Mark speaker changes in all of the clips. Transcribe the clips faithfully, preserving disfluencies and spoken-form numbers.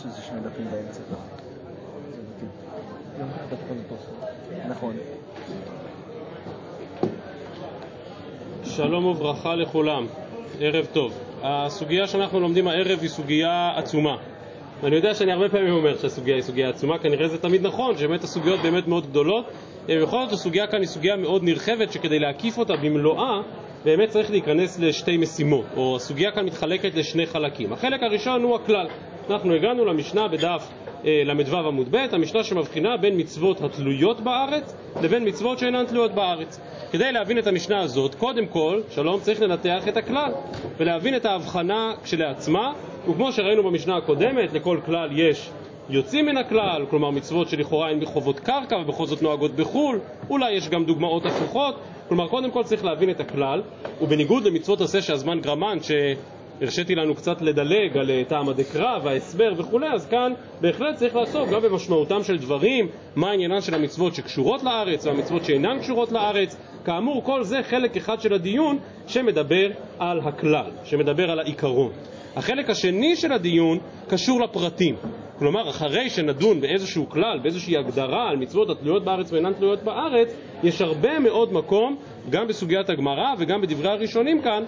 Speaker 1: שזה שני דפים באמצע. זה מתאים. יום אחד אתה יכול לתוך. נכון.
Speaker 2: שלום וברכה לכולם, ערב טוב. הסוגיה שאנחנו לומדים הערב היא סוגיה עצומה. ואני יודע שאני הרבה פעמים אומר שהסוגיה היא סוגיה עצומה, כנראה זה תמיד נכון, שבאמת הסוגיות באמת מאוד גדולות. ובכל זאת הסוגיה כאן היא סוגיה מאוד נרחבת, שכדי להקיף אותה במלואה, באמת צריך להיכנס לשתי משימות, או הסוגיה כאן מתחלקת לשני חלקים. החלק הראשון הוא הכלל. אנחנו הגענו למשנה בדף אה, למדו עמוד ב', המשנה שמבחינה בין מצוות התלויות בארץ לבין מצוות שאינן תלויות בארץ. כדי להבין את המשנה הזאת, קודם כל, שלום, צריך לנתח את הכלל ולהבין את ההבחנה כשלעצמה, וכמו שראינו במשנה הקודמת, לכל כלל יש יוצאים מן הכלל, כלומר מצוות שלכאורה הן בחובות קרקע ובכל זאת נוהגות בחול, אולי יש גם דוגמאות הפוכות. כלומר קודם כל צריך להבין את הכלל, ובניגוד למצוות עשה שהזמן גרמן שהרשיתי לנו קצת לדלג על טעם הדקרא וההסבר וכו', אז כאן בהחלט צריך לעסוק גם במשמעותם של דברים, מה העניינן של המצוות שקשורות לארץ והמצוות שאינן קשורות לארץ. כאמור, כל זה חלק אחד של הדיון שמדבר על הכלל, שמדבר על העיקרון. החלק השני של הדיון קשור לפרטים. כלומר, אחרי שנדון באיזשהו כלל, באיזושהי הגדרה על מצוות התלויות בארץ ואינן תלויות בארץ, יש הרבה מאוד מקום, גם בסוגיית הגמרא וגם בדברי הראשונים כאן,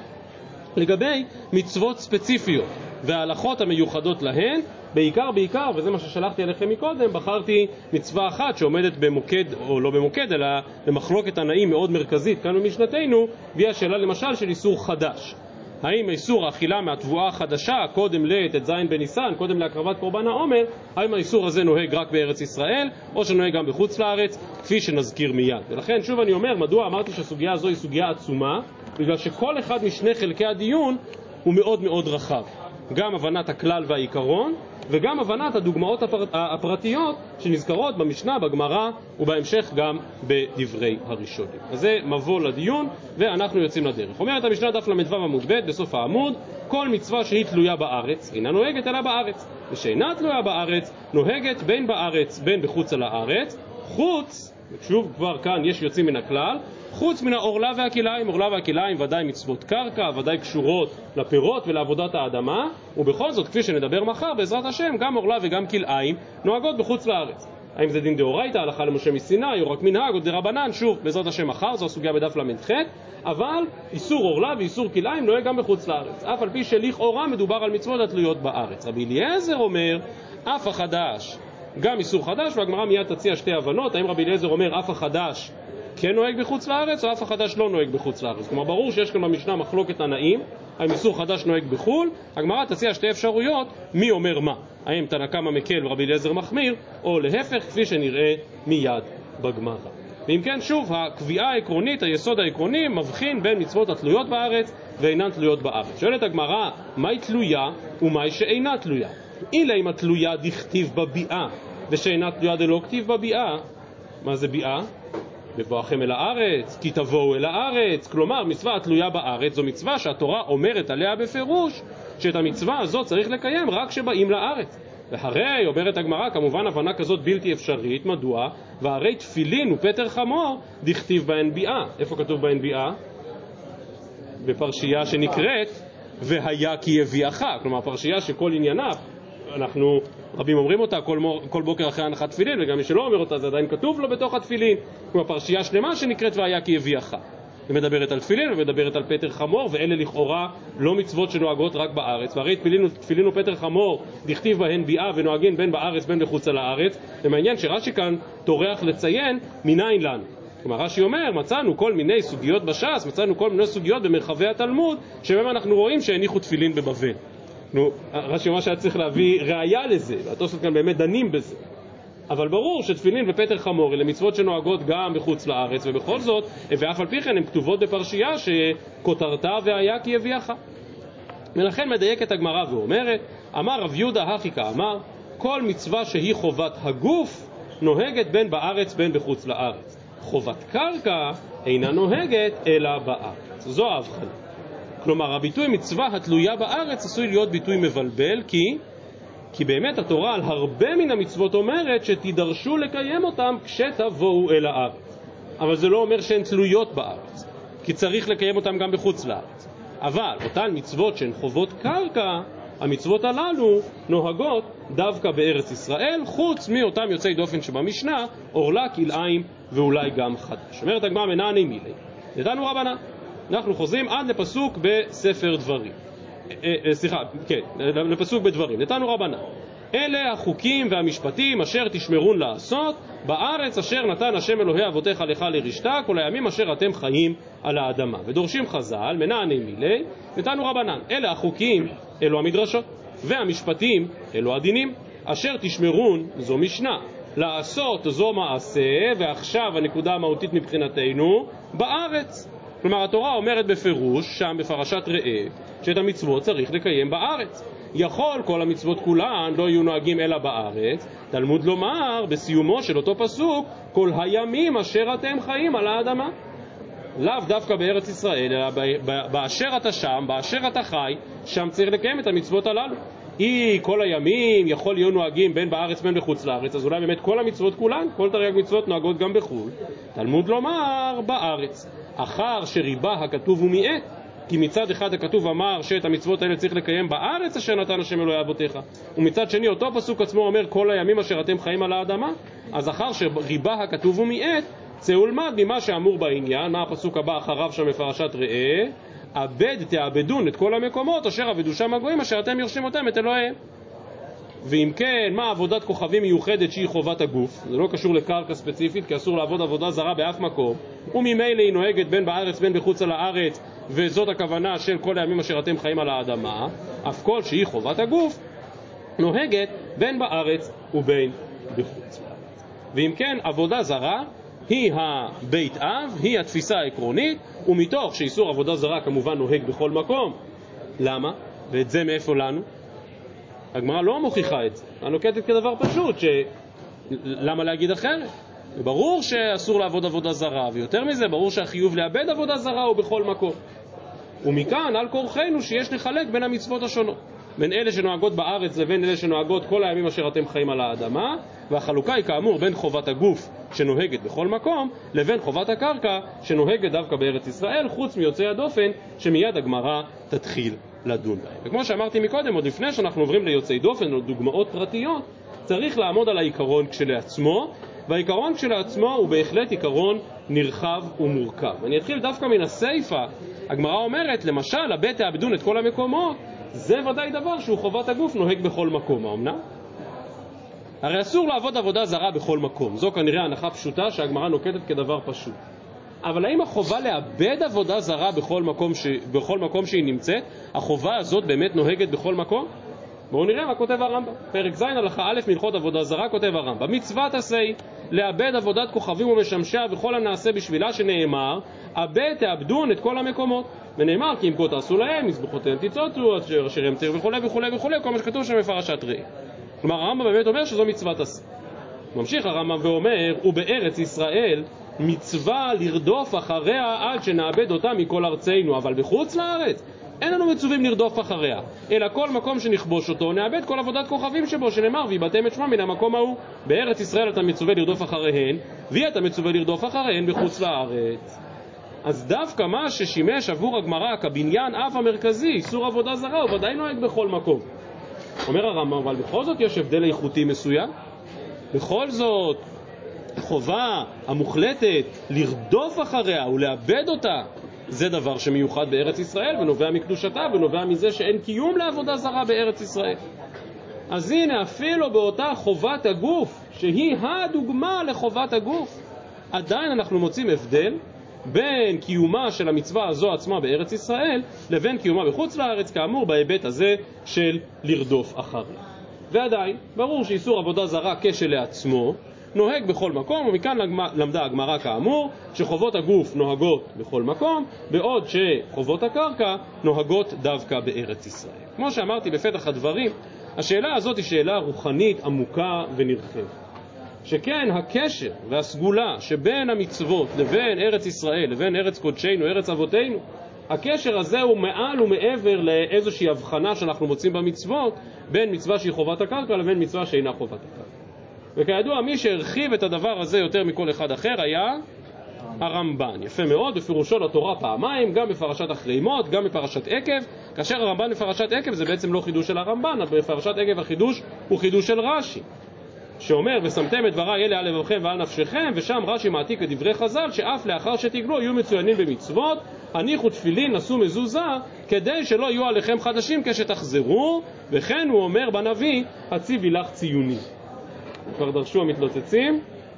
Speaker 2: לגבי מצוות ספציפיות וההלכות המיוחדות להן. בעיקר, בעיקר, וזה מה ששלחתי אליכם מקודם, בחרתי מצווה אחת שעומדת במוקד, או לא במוקד, אלא במחלוקת תנאים מאוד מרכזית כאן במשנתנו, והיא השאלה למשל של איסור חדש. האם איסור האכילה מהתבואה החדשה, קודם לט"ז בניסן, קודם להקרבת קורבן העומר, האם האיסור הזה נוהג רק בארץ ישראל, או שנוהג גם בחוץ לארץ, כפי שנזכיר מיד. ולכן שוב אני אומר, מדוע אמרתי שהסוגיה הזו היא סוגיה עצומה? בגלל שכל אחד משני חלקי הדיון הוא מאוד מאוד רחב. גם הבנת הכלל והעיקרון, וגם הבנת הדוגמאות הפר... הפרטיות שנזכרות במשנה, בגמרא, ובהמשך גם בדברי הראשונים. אז זה מבוא לדיון, ואנחנו יוצאים לדרך. אומרת המשנה דף למדו עמוד ב' בסוף העמוד, כל מצווה שהיא תלויה בארץ, אינה נוהגת אלא בארץ, ושאינה תלויה בארץ, נוהגת בין בארץ, בין בחוץ על הארץ, חוץ, שוב כבר כאן יש יוצאים מן הכלל, חוץ מן האורלה והכליים. אורלה והכליים ודאי מצוות קרקע, ודאי קשורות לפירות ולעבודת האדמה, ובכל זאת, כפי שנדבר מחר, בעזרת השם, גם אורלה וגם כליים נוהגות בחוץ לארץ. האם זה דין דאורייתא, הלכה למשה מסיני, או רק מנהג, או דרבנן, שוב, בעזרת השם מחר, זו הסוגיה בדף למ"ח, אבל איסור אורלה ואיסור כליים נוהג גם בחוץ לארץ, אף על פי שלכאורה מדובר על מצוות התלויות בארץ. רבי אליעזר אומר, אף החדש, גם איסור חדש, והגמרא מיד תציע שתי הבנות. האם רבי אליעזר אומר אף החדש כן נוהג בחוץ לארץ, או אף החדש לא נוהג בחוץ לארץ? כלומר, ברור שיש כאן במשנה מחלוקת תנאים, האם איסור חדש נוהג בחול. הגמרא תציע שתי אפשרויות, מי אומר מה, האם תנא קמא מקל ורבי אליעזר מחמיר, או להפך, כפי שנראה מיד בגמרא. ואם כן, שוב, הקביעה העקרונית, היסוד העקרוני, מבחין בין מצוות התלויות בארץ ואינן תלויות בארץ. שואלת הגמרא, מהי תלויה ומהי שאינה תלויה? אילה אם התלויה דכתיב בביאה, ושאינה תלויה דלא כתיב בביאה. מה זה ביאה? בבואכם אל הארץ, כי תבואו אל הארץ. כלומר, מצווה התלויה בארץ זו מצווה שהתורה אומרת עליה בפירוש שאת המצווה הזאת צריך לקיים רק כשבאים לארץ. והרי, אומרת הגמרא, כמובן הבנה כזאת בלתי אפשרית. מדוע? והרי תפילין ופטר חמור דכתיב בהן ביאה. איפה כתוב בהן ביאה? בפרשייה שנקראת והיה כי יביאך. כלומר, פרשייה שכל עניינה, אנחנו רבים אומרים אותה כל, מור, כל בוקר אחרי הנחת תפילין, וגם מי שלא אומר אותה זה עדיין כתוב לו בתוך התפילין. כלומר, פרשייה שלמה שנקראת והיה כי יביאך, ומדברת על תפילין ומדברת על פטר חמור, ואלה לכאורה לא מצוות שנוהגות רק בארץ. והרי תפילין, תפילין ופטר חמור דכתיב בהן ביאה ונוהגין בין בארץ בין בחוץ על הארץ. ומעניין שרש"י כאן טורח לציין מניין לנו. כלומר, רש"י אומר, מצאנו כל מיני סוגיות בש"ס, מצאנו כל מיני סוגיות במרחבי התלמוד, שבהם אנחנו רואים שהניחו תפילין בבבל. נו, רש"י אומר שהיה צריך להביא ראיה לזה, והתוספות כאן באמת דנים בזה. אבל ברור שתפילין ופטר חמור אלה מצוות שנוהגות גם בחוץ לארץ, ובכל זאת, ואף על פי כן הן כתובות בפרשייה שכותרתה והיה כי יביאך. ולכן מדייקת הגמרא ואומרת, אמר רב יהודה הכי אמר, כל מצווה שהיא חובת הגוף נוהגת בין בארץ בין בחוץ לארץ. חובת קרקע אינה נוהגת אלא בארץ. זו ההבחנה. כלומר, הביטוי מצווה התלויה בארץ עשוי להיות ביטוי מבלבל, כי כי באמת התורה על הרבה מן המצוות אומרת שתידרשו לקיים אותם כשתבואו אל הארץ. אבל זה לא אומר שהן תלויות בארץ, כי צריך לקיים אותם גם בחוץ לארץ. אבל אותן מצוות שהן חובות קרקע, המצוות הללו נוהגות דווקא בארץ ישראל, חוץ מאותם יוצאי דופן שבמשנה, אורלה, כלאיים ואולי גם חדש. אומרת הגמרא מנעני מילי, נתנו רבנן. אנחנו חוזרים עד לפסוק בספר דברים. סליחה, כן, לפסוק בדברים. נתנו רבנן. אלה החוקים והמשפטים אשר תשמרון לעשות בארץ אשר נתן השם אלוהי אבותיך לך לרשתה כל הימים אשר אתם חיים על האדמה. ודורשים חז"ל, מנעני מילי, נתנו רבנן. אלה החוקים, אלו המדרשות, והמשפטים, אלו הדינים, אשר תשמרון, זו משנה, לעשות זו מעשה, ועכשיו הנקודה המהותית מבחינתנו, בארץ. כלומר, התורה אומרת בפירוש, שם בפרשת ראה, שאת המצוות צריך לקיים בארץ. יכול כל המצוות כולן לא יהיו נוהגים אלא בארץ. תלמוד לומר בסיומו של אותו פסוק, כל הימים אשר אתם חיים על האדמה. לאו דווקא בארץ ישראל, אלא באשר אתה שם, באשר אתה חי, שם צריך לקיים את המצוות הללו. אי כל הימים יכול להיות נוהגים בין בארץ בין בחוץ לארץ, אז אולי באמת כל המצוות כולן, כל תרי"ג מצוות נוהגות גם בחו"ל. תלמוד לומר בארץ, אחר שריבה הכתוב ומיעט, כי מצד אחד הכתוב אמר שאת המצוות האלה צריך לקיים בארץ אשר נתן השם אלוהי אבותיך, ומצד שני אותו פסוק עצמו אומר כל הימים אשר אתם חיים על האדמה. אז אחר שריבה הכתוב ומיעט, צא ולמד ממה שאמור בעניין. מה הפסוק הבא אחריו שם בפרשת ראה? עבד תעבדון את כל המקומות אשר עבדו שם הגויים אשר אתם יורשים אותם את אלוהיהם. ואם כן, מה עבודת כוכבים מיוחדת שהיא חובת הגוף? זה לא קשור לקרקע ספציפית, כי אסור לעבוד עבודה זרה באף מקום, וממילא היא נוהגת בין בארץ בין בחוץ על הארץ, וזאת הכוונה של כל הימים אשר אתם חיים על האדמה. אף כל שהיא חובת הגוף נוהגת בין בארץ ובין בחוץ לארץ. ואם כן, עבודה זרה היא הבית אב, היא התפיסה העקרונית, ומתוך שאיסור עבודה זרה כמובן נוהג בכל מקום. למה? ואת זה מאיפה לנו? הגמרא לא מוכיחה את זה, הנוקטת כדבר פשוט, ש... למה להגיד אחרת? ברור שאסור לעבוד עבודה זרה, ויותר מזה, ברור שהחיוב לאבד עבודה זרה הוא בכל מקום. ומכאן על כורחנו שיש לחלק בין המצוות השונות, בין אלה שנוהגות בארץ לבין אלה שנוהגות כל הימים אשר אתם חיים על האדמה, והחלוקה היא כאמור בין חובת הגוף שנוהגת בכל מקום, לבין חובת הקרקע שנוהגת דווקא בארץ ישראל, חוץ מיוצאי הדופן שמיד הגמרא תתחיל לדון בהם. וכמו שאמרתי מקודם, עוד לפני שאנחנו עוברים ליוצאי דופן או דוגמאות פרטיות, צריך לעמוד על העיקרון כשלעצמו, והעיקרון כשלעצמו הוא בהחלט עיקרון נרחב ומורכב. אני אתחיל דווקא מן הסייפה. הגמרא אומרת, למשל, הבט תעבדון את כל המקומות, זה ודאי דבר שהוא חובת הגוף נוהג בכל מקום. האמנה? הרי אסור לעבוד עבודה זרה בכל מקום. זו כנראה הנחה פשוטה שהגמרא נוקטת כדבר פשוט. אבל האם החובה לאבד עבודה זרה בכל מקום, ש... בכל מקום שהיא נמצאת, החובה הזאת באמת נוהגת בכל מקום? בואו נראה מה כותב הרמב"ם. פרק ז' הלכה א' מלכות עבודה זרה, כותב הרמב"ם. מצוות עשי לאבד עבודת כוכבים ומשמשיה וכל הנעשה בשבילה, שנאמר אבד תאבדון את כל המקומות. ונאמר כי אם כה תעשו להם מזבחותיהם תצוצו אשר אשר הם תיר וכו' וכו' וכו', כל מה שכתוב שם בפרשת ראה. כלומר הרמב"ם באמת אומר שזו מצוות עשי. ממשיך הרמב"ם ואומר, ובארץ ישראל מצווה לרדוף אחריה עד שנאבד אותה מכל ארצנו, אבל בחוץ לארץ אין לנו מצווים לרדוף אחריה, אלא כל מקום שנכבוש אותו נאבד כל עבודת כוכבים שבו, שנאמר ויבטם את שמה מן המקום ההוא. בארץ ישראל אתה מצווה לרדוף אחריהן, ואתה מצווה לרדוף אחריהן בחוץ לארץ. אז דווקא מה ששימש עבור הגמרא כבניין אב המרכזי, איסור עבודה זרה, הוא ודאי נוהג בכל מקום. אומר הרמב"ם, אבל בכל זאת יש הבדל איכותי מסוים. בכל זאת החובה המוחלטת לרדוף אחריה ולאבד אותה, זה דבר שמיוחד בארץ ישראל ונובע מקדושתה ונובע מזה שאין קיום לעבודה זרה בארץ ישראל. אז הנה, אפילו באותה חובת הגוף שהיא הדוגמה לחובת הגוף, עדיין אנחנו מוצאים הבדל בין קיומה של המצווה הזו עצמה בארץ ישראל לבין קיומה בחוץ לארץ, כאמור בהיבט הזה של לרדוף אחריה. ועדיין ברור שאיסור עבודה זרה כשלעצמו נוהג בכל מקום, ומכאן למדה הגמרא כאמור שחובות הגוף נוהגות בכל מקום, בעוד שחובות הקרקע נוהגות דווקא בארץ ישראל. כמו שאמרתי בפתח הדברים, השאלה הזאת היא שאלה רוחנית עמוקה ונרחבת, שכן הקשר והסגולה שבין המצוות לבין ארץ ישראל לבין ארץ קודשנו, ארץ אבותינו, הקשר הזה הוא מעל ומעבר לאיזושהי הבחנה שאנחנו מוצאים במצוות בין מצווה שהיא חובת הקרקע לבין מצווה שאינה חובת הקרקע. וכידוע, מי שהרחיב את הדבר הזה יותר מכל אחד אחר היה הרמב"ן. יפה מאוד, בפירושו לתורה פעמיים, גם בפרשת אחרי מות, גם בפרשת עקב. כאשר הרמב"ן בפרשת עקב זה בעצם לא חידוש של הרמב"ן, אבל בפרשת עקב החידוש הוא חידוש של רש"י, שאומר ושמתם את דבריי אלה על לבבכם ועל נפשכם, ושם רש"י מעתיק את דברי חז"ל שאף לאחר שתגלו יהיו מצוינים במצוות, הניחו תפילין, נשאו מזוזה, כדי שלא יהיו עליכם חדשים כשתחזרו, וכן הוא אומר בנביא הציבי לך ציונים. כבר דרשו המתלוצצים,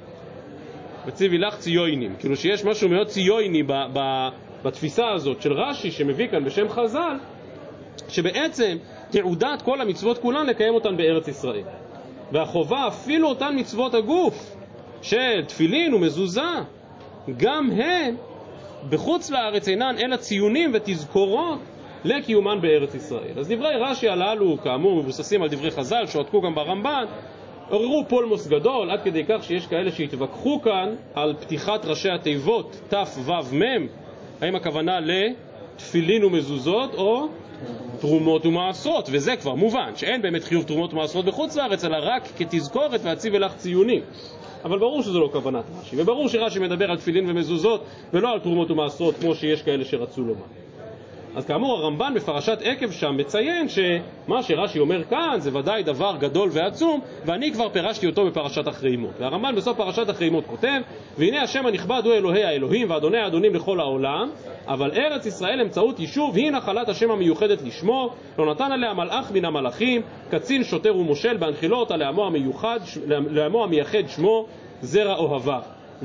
Speaker 2: וציבי לך ציונים, כאילו שיש משהו מאוד ציוני ב, ב, בתפיסה הזאת של רש"י שמביא כאן בשם חז"ל, שבעצם תעודת כל המצוות כולן לקיים אותן בארץ ישראל, והחובה אפילו אותן מצוות הגוף של תפילין ומזוזה, גם הן בחוץ לארץ אינן אלא ציונים ותזכורות לקיומן בארץ ישראל. אז דברי רש"י הללו כאמור מבוססים על דברי חז"ל שהועתקו גם ברמב"ן, עוררו פולמוס גדול עד כדי כך שיש כאלה שהתווכחו כאן על פתיחת ראשי התיבות ת' ו' מ', האם הכוונה לתפילין ומזוזות או תרומות ומעשרות, וזה כבר מובן שאין באמת חיוב תרומות ומעשרות בחוץ לארץ אלא רק כתזכורת והציב לך ציונים. אבל ברור שזו לא כוונת רש"י, וברור שרש"י מדבר על תפילין ומזוזות ולא על תרומות ומעשרות כמו שיש כאלה שרצו לומר. אז כאמור הרמב"ן בפרשת עקב שם מציין שמה שרש"י אומר כאן זה ודאי דבר גדול ועצום, ואני כבר פירשתי אותו בפרשת אחרי מות. והרמב"ן בסוף פרשת אחרי מות כותב, והנה השם הנכבד הוא אלוהי האלוהים ואדוני האדונים לכל העולם, אבל ארץ ישראל אמצעות יישוב היא נחלת השם המיוחדת לשמו, לא נתן עליה מלאך מן המלאכים, קצין שוטר ומושל בהנחילו אותה לעמו המיוחד, לעמו המייחד שמו זרע אוהבה.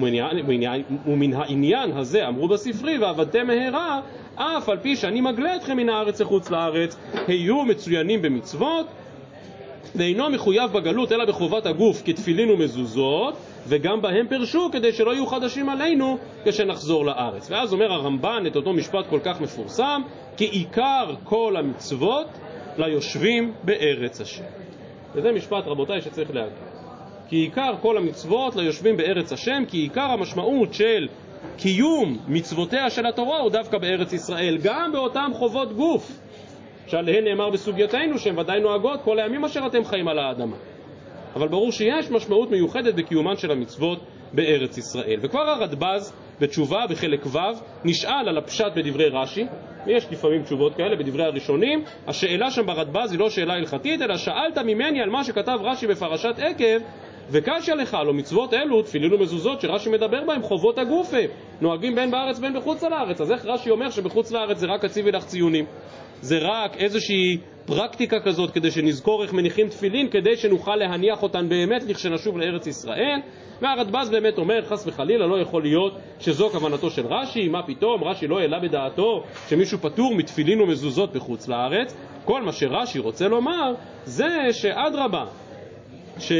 Speaker 2: ומן העניין הזה אמרו בספרי ועבדתם מהרה, אף על פי שאני מגלה אתכם מן הארץ לחוץ לארץ, היו מצוינים במצוות, ואינו מחויב בגלות אלא בחובת הגוף כתפילין ומזוזות, וגם בהם פרשו כדי שלא יהיו חדשים עלינו כשנחזור לארץ. ואז אומר הרמב"ן את אותו משפט כל כך מפורסם, כי עיקר כל המצוות ליושבים בארץ השם. וזה משפט רבותיי שצריך להגיד. כי עיקר כל המצוות ליושבים בארץ השם, כי עיקר המשמעות של קיום מצוותיה של התורה הוא דווקא בארץ ישראל, גם באותם חובות גוף שעליהן נאמר בסוגייתנו שהן ודאי נוהגות כל הימים אשר אתם חיים על האדמה. אבל ברור שיש משמעות מיוחדת בקיומן של המצוות בארץ ישראל. וכבר הרדב"ז בתשובה בחלק ו' נשאל על הפשט בדברי רש"י, ויש לפעמים תשובות כאלה בדברי הראשונים. השאלה שם ברדב"ז היא לא שאלה הלכתית, אלא שאלת ממני על מה שכתב רש"י בפרשת עקב, וקשיא לך לו מצוות אלו, תפילין ומזוזות שרש"י מדבר בהם, חובות הגוף נוהגים בין בארץ בין בחוץ לארץ. אז איך רש"י אומר שבחוץ לארץ זה רק הציבי לך ציונים? זה רק איזושהי פרקטיקה כזאת כדי שנזכור איך מניחים תפילין, כדי שנוכל להניח אותן באמת לכשנשוב לארץ ישראל. והרדב"ז באמת אומר, חס וחלילה לא יכול להיות שזו כוונתו של רש"י, מה פתאום, רש"י לא העלה בדעתו שמישהו פטור מתפילין ומזוזות בחוץ לארץ. כל מה שרש"י רוצה לומר זה שאדרבה, ש...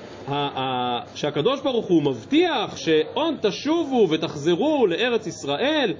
Speaker 2: שהקדוש ברוך הוא מבטיח שעוד תשובו ותחזרו לארץ ישראל,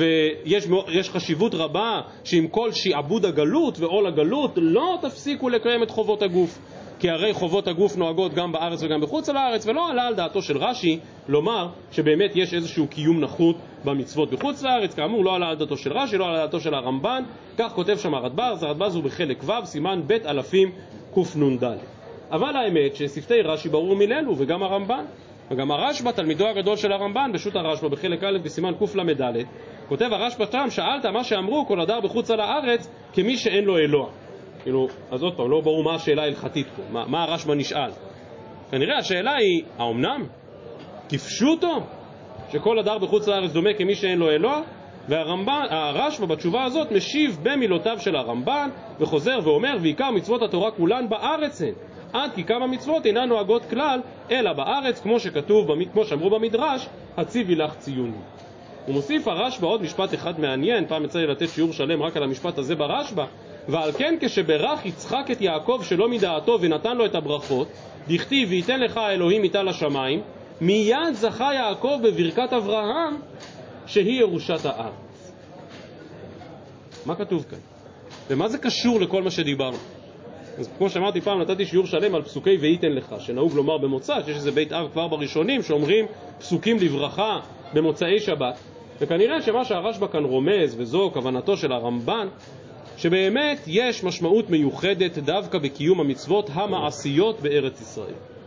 Speaker 2: ויש חשיבות רבה שעם כל שעבוד הגלות ועול הגלות לא תפסיקו לקיים את חובות הגוף, כי הרי חובות הגוף נוהגות גם בארץ וגם בחוץ לארץ, ולא עלה על דעתו של רש"י לומר שבאמת יש איזשהו קיום נחות במצוות בחוץ לארץ. כאמור לא עלה על דעתו של רש"י, לא עלה על דעתו של הרמב"ן. כך כותב שם הרדב"ז, הרדב"ז הוא בחלק ו' סימן ב' אלפים קנ"ד. אבל האמת ששפתי רש"י ברור מילאלו, וגם הרמב"ן וגם הרשב"א תלמידו הגדול של הרמב"ן בשו"ת הרשב"א בחלק א' בסימן קל"ד כותב הרשב"א שם, שאלת מה שאמרו כל הדר בחוץ על הארץ כמי שאין לו אלוה. כאילו, אז עוד פעם, לא ברור מה השאלה ההלכתית פה, מה, מה הרשב"א נשאל. כנראה השאלה היא, האומנם? כפשוטו? שכל הדר בחוץ לארץ דומה כמי שאין לו אלוה? והרמב"ן, הרשב"א בתשובה הזאת משיב במילותיו של הרמב"ן וחוזר ואומר, ועיקר מצוות התורה כולן בארץ הן, עד כי כמה מצוות אינן נוהגות כלל אלא בארץ, כמו שכתוב, כמו שאמרו במדרש, הציבי לך ציונים. הוא מוסיף הרשב"א עוד משפט אחד מעניין, פעם יצא לי לתת שיעור שלם רק על המשפט הזה ברשב"א, ועל כן כשברך יצחק את יעקב שלא מדעתו ונתן לו את הברכות, דכתיב וייתן לך האלוהים איתה לשמיים, מיד זכה יעקב בברכת אברהם שהיא ירושת הארץ. מה כתוב כאן? ומה זה קשור לכל מה שדיברנו? אז כמו שאמרתי פעם, נתתי שיעור שלם על פסוקי וייתן לך, שנהוג לומר במוצא, שיש איזה בית אב כבר בראשונים שאומרים פסוקים לברכה במוצאי שבת. וכנראה שמה שהרשב"א כאן רומז, וזו כוונתו של הרמב"ן, שבאמת יש משמעות מיוחדת דווקא בקיום המצוות המעשיות בארץ ישראל.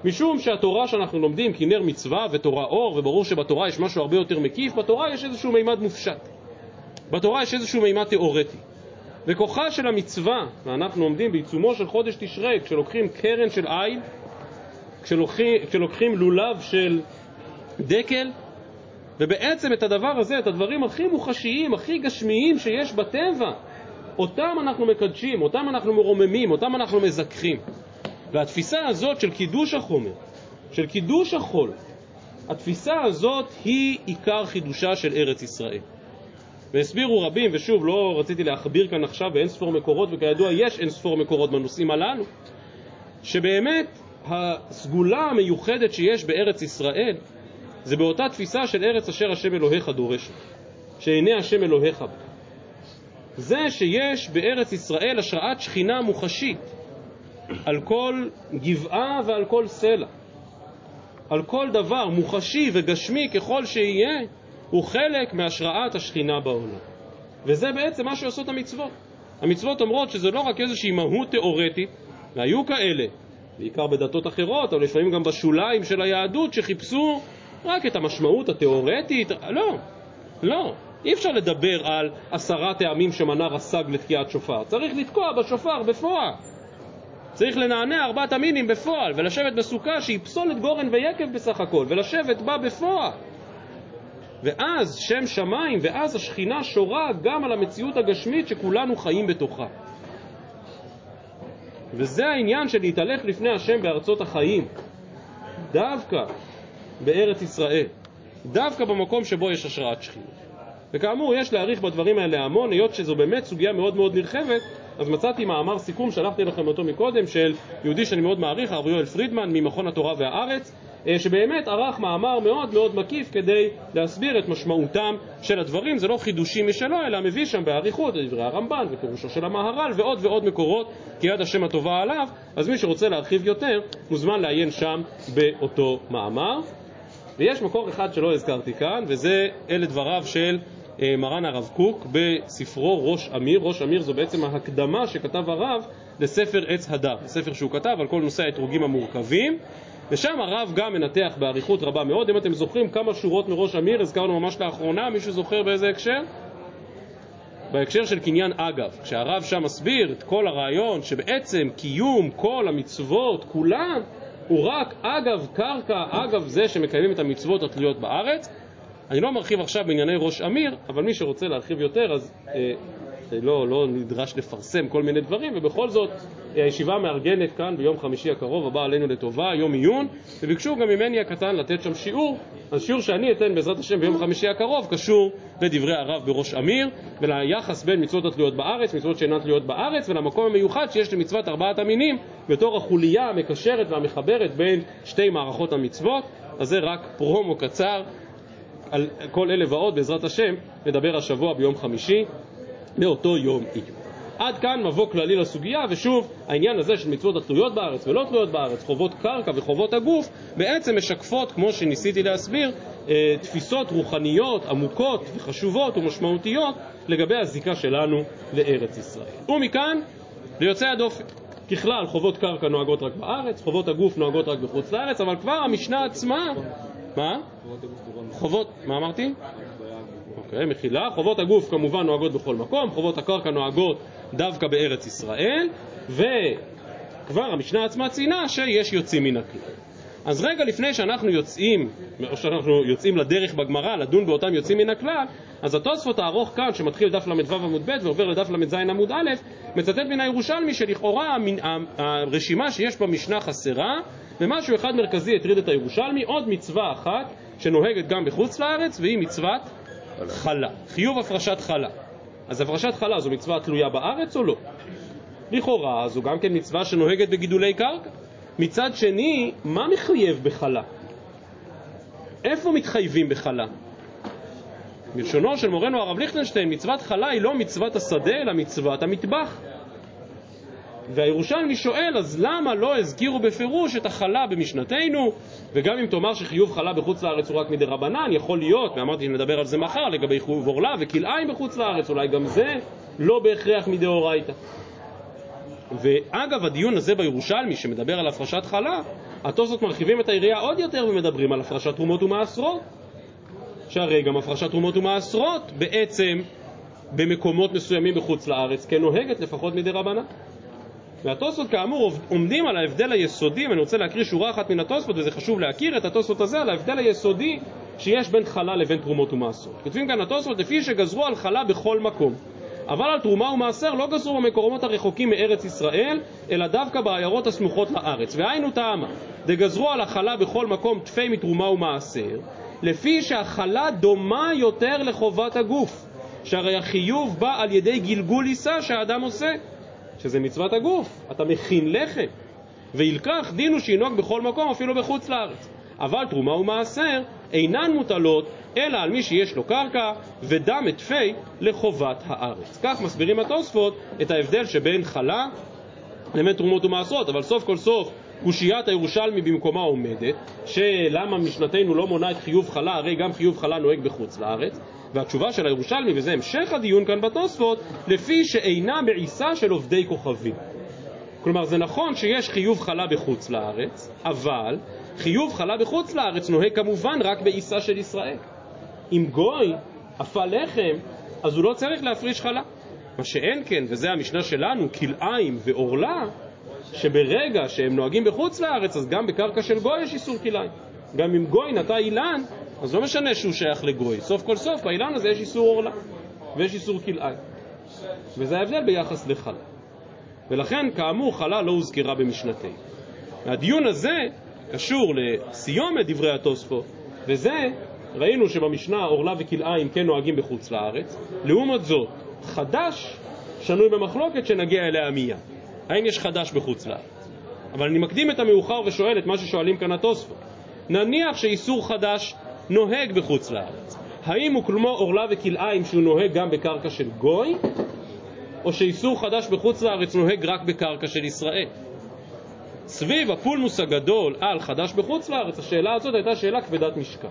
Speaker 2: משום שהתורה שאנחנו לומדים כנר מצווה ותורה אור, וברור שבתורה יש משהו הרבה יותר מקיף, בתורה יש איזשהו מימד מופשט. בתורה יש איזשהו מימד תיאורטי. וכוחה של המצווה, ואנחנו עומדים בעיצומו של חודש תשרי, כשלוקחים קרן של איל, כשלוקחים, כשלוקחים לולב של דקל, ובעצם את הדבר הזה, את הדברים הכי מוחשיים, הכי גשמיים שיש בטבע, אותם אנחנו מקדשים, אותם אנחנו מרוממים, אותם אנחנו מזכחים. והתפיסה הזאת של קידוש החומר, של קידוש החול, התפיסה הזאת היא עיקר חידושה של ארץ ישראל. והסבירו רבים, ושוב לא רציתי להכביר כאן עכשיו באין ספור מקורות, וכידוע יש אין ספור מקורות בנושאים הללו, שבאמת הסגולה המיוחדת שיש בארץ ישראל זה באותה תפיסה של ארץ אשר השם אלוהיך דורש, שעיני השם אלוהיך בה. זה שיש בארץ ישראל השראת שכינה מוחשית על כל גבעה ועל כל סלע, על כל דבר מוחשי וגשמי ככל שיהיה, הוא חלק מהשראת השכינה בעולם. וזה בעצם מה שעושות המצוות. המצוות אומרות שזה לא רק איזושהי מהות תיאורטית, והיו כאלה, בעיקר בדתות אחרות, אבל לפעמים גם בשוליים של היהדות, שחיפשו רק את המשמעות התיאורטית. לא, לא. אי אפשר לדבר על עשרה טעמים שמנה רס"ג לתקיעת שופר. צריך לתקוע בשופר בפועל. צריך לנענע ארבעת המינים בפועל, ולשבת בסוכה שהיא פסולת גורן ויקב בסך הכל, ולשבת בה בפועל. ואז שם שמיים, ואז השכינה שורה גם על המציאות הגשמית שכולנו חיים בתוכה. וזה העניין של להתהלך לפני השם בארצות החיים, דווקא בארץ ישראל, דווקא במקום שבו יש השראת שכינה. וכאמור, יש להעריך בדברים האלה המון, היות שזו באמת סוגיה מאוד מאוד נרחבת. אז מצאתי מאמר סיכום, שלחתי לכם אותו מקודם, של יהודי שאני מאוד מעריך, הרב יואל פרידמן, ממכון התורה והארץ, שבאמת ערך מאמר מאוד מאוד מקיף כדי להסביר את משמעותם של הדברים. זה לא חידושים משלו, אלא מביא שם בעריכות את דברי הרמב"ן ופירושו של המהר"ל ועוד ועוד מקורות, כי יד השם הטובה עליו. אז מי שרוצה להרחיב יותר מוזמן לעיין שם באותו מאמר. ויש מקור אחד שלא הזכרתי כאן, וזה אלה דבריו של מרן הרב קוק בספרו ראש אמיר. ראש אמיר זו בעצם ההקדמה שכתב הרב לספר עץ הדר, ספר שהוא כתב על כל נושא האתרוגים המורכבים, ושם הרב גם מנתח בעריכות רבה מאוד. אם אתם זוכרים כמה שורות מראש אמיר, הזכרנו ממש לאחרונה, מישהו זוכר באיזה הקשר? בהקשר של קניין אגב, כשהרב שם מסביר את כל הרעיון שבעצם קיום כל המצוות כולן הוא רק אגב קרקע, אגב זה שמקיימים את המצוות התלויות בארץ. אני לא מרחיב עכשיו בענייני ראש אמיר, אבל מי שרוצה להרחיב יותר אז אה, לא, לא נדרש לפרסם כל מיני דברים. ובכל זאת הישיבה מארגנת כאן ביום חמישי הקרוב הבא עלינו לטובה, יום עיון, וביקשו גם ממני הקטן לתת שם שיעור. אז שיעור שאני אתן בעזרת השם ביום חמישי הקרוב קשור לדברי הרב בראש אמיר, וליחס בין מצוות התלויות בארץ, מצוות שאינן תלויות בארץ, ולמקום המיוחד שיש למצוות ארבעת המינים בתור החוליה המקשרת והמחברת בין שתי מערכות המצוות. אז זה רק פרומו קצר על כל אלה ועוד, בעזרת השם נדבר השבוע ביום חמישי באותו יום עיון. עד כאן מבוא כללי לסוגיה. ושוב, העניין הזה של מצוות התלויות בארץ ולא תלויות בארץ, חובות קרקע וחובות הגוף, בעצם משקפות, כמו שניסיתי להסביר, תפיסות רוחניות עמוקות וחשובות ומשמעותיות לגבי הזיקה שלנו לארץ ישראל. ומכאן ליוצאי הדופן. ככלל חובות קרקע נוהגות רק בארץ, חובות הגוף נוהגות רק בחוץ לארץ, אבל כבר המשנה עצמה, מה? חובות, מה אמרתי? אוקיי, מחילה. חובות הגוף כמובן נוהגות בכל מקום, חובות הקרקע נוהגות דווקא בארץ ישראל, וכבר המשנה עצמה ציינה שיש יוצאים מן הכלל. אז רגע לפני שאנחנו יוצאים, או שאנחנו יוצאים לדרך בגמרא לדון באותם יוצאים מן הכלל, אז התוספות הארוך כאן שמתחיל דף למדו עמוד ב' ועובר לדף למד עמוד א', מצטט מן הירושלמי שלכאורה הרשימה שיש במשנה חסרה, ומשהו אחד מרכזי הטריד את הירושלמי, עוד מצווה אחת שנוהגת גם בחוץ לארץ, והיא מצוות חלה, חיוב הפרשת חלה. אז הפרשת חלה זו מצווה תלויה בארץ או לא? לכאורה זו גם כן מצווה שנוהגת בגידולי קרקע. מצד שני, מה מחייב בחלה? איפה מתחייבים בחלה? בלשונו של מורנו הרב ליכטנשטיין, מצוות חלה היא לא מצוות השדה אלא מצוות המטבח. והירושלמי שואל, אז למה לא הזכירו בפירוש את החלה במשנתנו? וגם אם תאמר שחיוב חלה בחוץ לארץ הוא רק מדי רבנן, יכול להיות, ואמרתי שנדבר על זה מחר, לגבי חיוב עורלה וכלאיים בחוץ לארץ, אולי גם זה לא בהכרח מדי אורייתא. ואגב, הדיון הזה בירושלמי שמדבר על הפרשת חלה, התוספות מרחיבים את היריעה עוד יותר ומדברים על הפרשת תרומות ומעשרות. שהרי גם הפרשת תרומות ומעשרות בעצם במקומות מסוימים בחוץ לארץ כנוהגת לפחות מדי רבנן. והתוספות כאמור עומדים על ההבדל היסודי, ואני רוצה להקריא שורה אחת מן התוספות, וזה חשוב להכיר את התוספות הזה, על ההבדל היסודי שיש בין חלה לבין תרומות ומעשרות. כותבים כאן התוספות, לפי שגזרו על חלה בכל מקום, אבל על תרומה ומעשר לא גזרו במקומות הרחוקים מארץ ישראל, אלא דווקא בעיירות הסמוכות לארץ. והיינו טעמה, דגזרו על החלה בכל מקום תפי מתרומה ומעשר, לפי שהחלה דומה יותר לחובת הגוף, שהרי החיוב בא על ידי גלגול עיסה שהאדם עושה, שזה מצוות הגוף. אתה מכין לחם, וילקח דינו שינוג בכל מקום אפילו בחוץ לארץ. אבל תרומה ומעשר אינן מוטלות אלא על מי שיש לו קרקע ודם תפי לחובת הארץ. כך מסבירים התוספות את ההבדל שבין חלה לבין תרומות ומעשרות. אבל סוף כל סוף קושיית הירושלמי במקומה עומדת, שלמה משנתנו לא מונה את חיוב חלה, הרי גם חיוב חלה נוהג בחוץ לארץ. והתשובה של הירושלמי, וזה המשך הדיון כאן בתוספות, לפי שאינה בעיסה של עובדי כוכבים. כלומר, זה נכון שיש חיוב חלה בחוץ לארץ, אבל חיוב חלה בחוץ לארץ נוהג כמובן רק בעיסה של ישראל. אם גוי אפה לחם, אז הוא לא צריך להפריש חלה. מה שאין כן, וזה המשנה שלנו, כלאיים ועורלה, שברגע שהם נוהגים בחוץ לארץ, אז גם בקרקע של גוי יש איסור כלאיים. גם אם גוי נטע אילן, אז לא משנה שהוא שייך לגוי. סוף כל סוף, באילן הזה יש איסור עורלה, ויש איסור כלאיים. וזה ההבדל ביחס לחלה. ולכן, כאמור, חלה לא הוזכרה במשנתנו. הדיון הזה קשור לסיומת דברי התוספות, וזה, ראינו שבמשנה עורלה וכלאיים כן נוהגים בחוץ לארץ. לעומת זאת, חדש שנוי במחלוקת שנגיע אליה מיד. האם יש חדש בחוץ לארץ? אבל אני מקדים את המאוחר ושואל את מה ששואלים כאן התוספות. נניח שאיסור חדש נוהג בחוץ לארץ, האם הוא כמו עורלה וכלאיים שהוא נוהג גם בקרקע של גוי, או שאיסור חדש בחוץ לארץ נוהג רק בקרקע של ישראל? סביב הפולמוס הגדול על חדש בחוץ לארץ, השאלה הזאת הייתה שאלה כבדת משקל,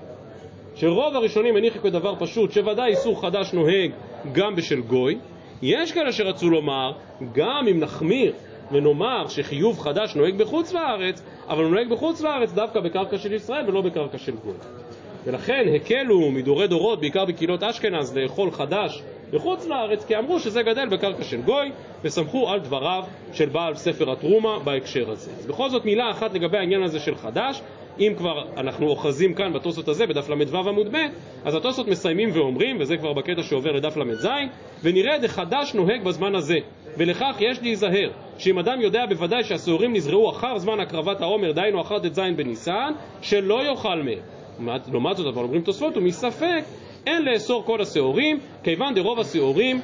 Speaker 2: שרוב הראשונים הניחו כדבר פשוט, שוודאי איסור חדש נוהג גם בשל גוי. יש כאלה שרצו לומר, גם אם נחמיר ונאמר שחיוב חדש נוהג בחוץ לארץ, אבל הוא נוהג בחוץ לארץ דווקא בקרקע של ישראל ולא בקרקע של גוי. ולכן הקלו מדורי דורות, בעיקר בקהילות אשכנז, לאכול חדש בחוץ לארץ, כי אמרו שזה גדל בקרקע של גוי, וסמכו על דבריו של בעל ספר התרומה בהקשר הזה. אז בכל זאת מילה אחת לגבי העניין הזה של חדש. אם כבר אנחנו אוחזים כאן בתוספות הזה בדף למדוו עמוד ב', אז התוספות מסיימים ואומרים, וזה כבר בקטע שעובר לדף למד ז', ונראה דחדש נוהג בזמן הזה, ולכך יש להיזהר, שאם אדם יודע בוודאי שהסעורים נזרעו אחר זמן הקרבת העומר, דיינו אחר ט"ז בניסן, שלא יאכל מהם. לעומת זאת, אבל אומרים תוספות, ומספק אין לאסור כל הסעורים, כיוון דרוב הסעורים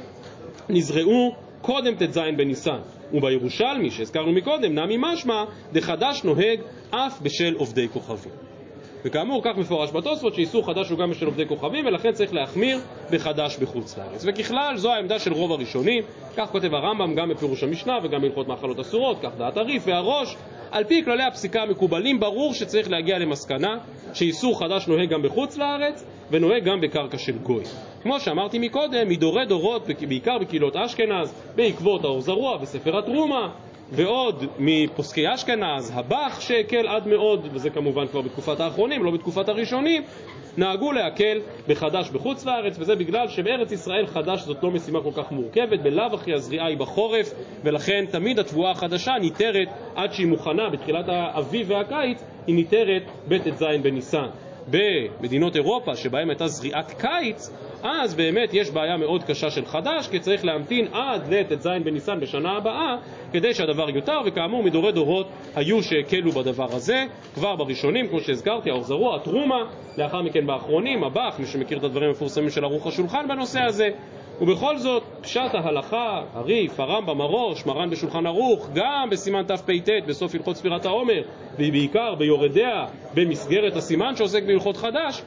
Speaker 2: נזרעו קודם ט"ז בניסן. ובירושלמי שהזכרנו מקודם, נמי משמע דחדש נוהג אף בשל עובדי כוכבים. וכאמור, כך מפורש בתוספות שאיסור חדש הוא גם בשל עובדי כוכבים, ולכן צריך להחמיר בחדש בחוץ לארץ. וככלל זו העמדה של רוב הראשונים, כך כותב הרמב"ם גם בפירוש המשנה וגם בהלכות מאכלות אסורות, כך דעת הריף והראש. על פי כללי הפסיקה המקובלים ברור שצריך להגיע למסקנה שאיסור חדש נוהג גם בחוץ לארץ ונוהג גם בקרקע של גוי. כמו שאמרתי מקודם, מדורי דורות, בעיקר בקהילות אשכנז, בעקבות האור זרוע וספר התרומה, ועוד מפוסקי אשכנז, הבח שהקל עד מאוד, וזה כמובן כבר בתקופת האחרונים, לא בתקופת הראשונים, נהגו להקל בחדש בחוץ לארץ, וזה בגלל שבארץ ישראל חדש זאת לא משימה כל כך מורכבת, בלאו הכי הזריעה היא בחורף, ולכן תמיד התבואה החדשה ניתרת עד שהיא מוכנה בתחילת האביב והקיץ, היא ניתרת בט"ז בניסן. במדינות אירופה שבהם הייתה זריעת קיץ, אז באמת יש בעיה מאוד קשה של חדש, כי צריך להמתין עד לט"ז בניסן בשנה הבאה כדי שהדבר יותר, וכאמור מדורי דורות היו שהקלו בדבר הזה כבר בראשונים, כמו שהזכרתי, האור זרוע, התרומה, לאחר מכן באחרונים, הבח, מי שמכיר את הדברים המפורסמים של ערוך השולחן בנושא הזה. ובכל זאת, פשט ההלכה, הריף, הרמב"ם, הראש, מרן בשולחן ערוך, גם בסימן תפ"ט בסוף הלכות ספירת העומר, ובעיקר ביורדיה במסגרת הסימן שעוסק בהלכות חדש,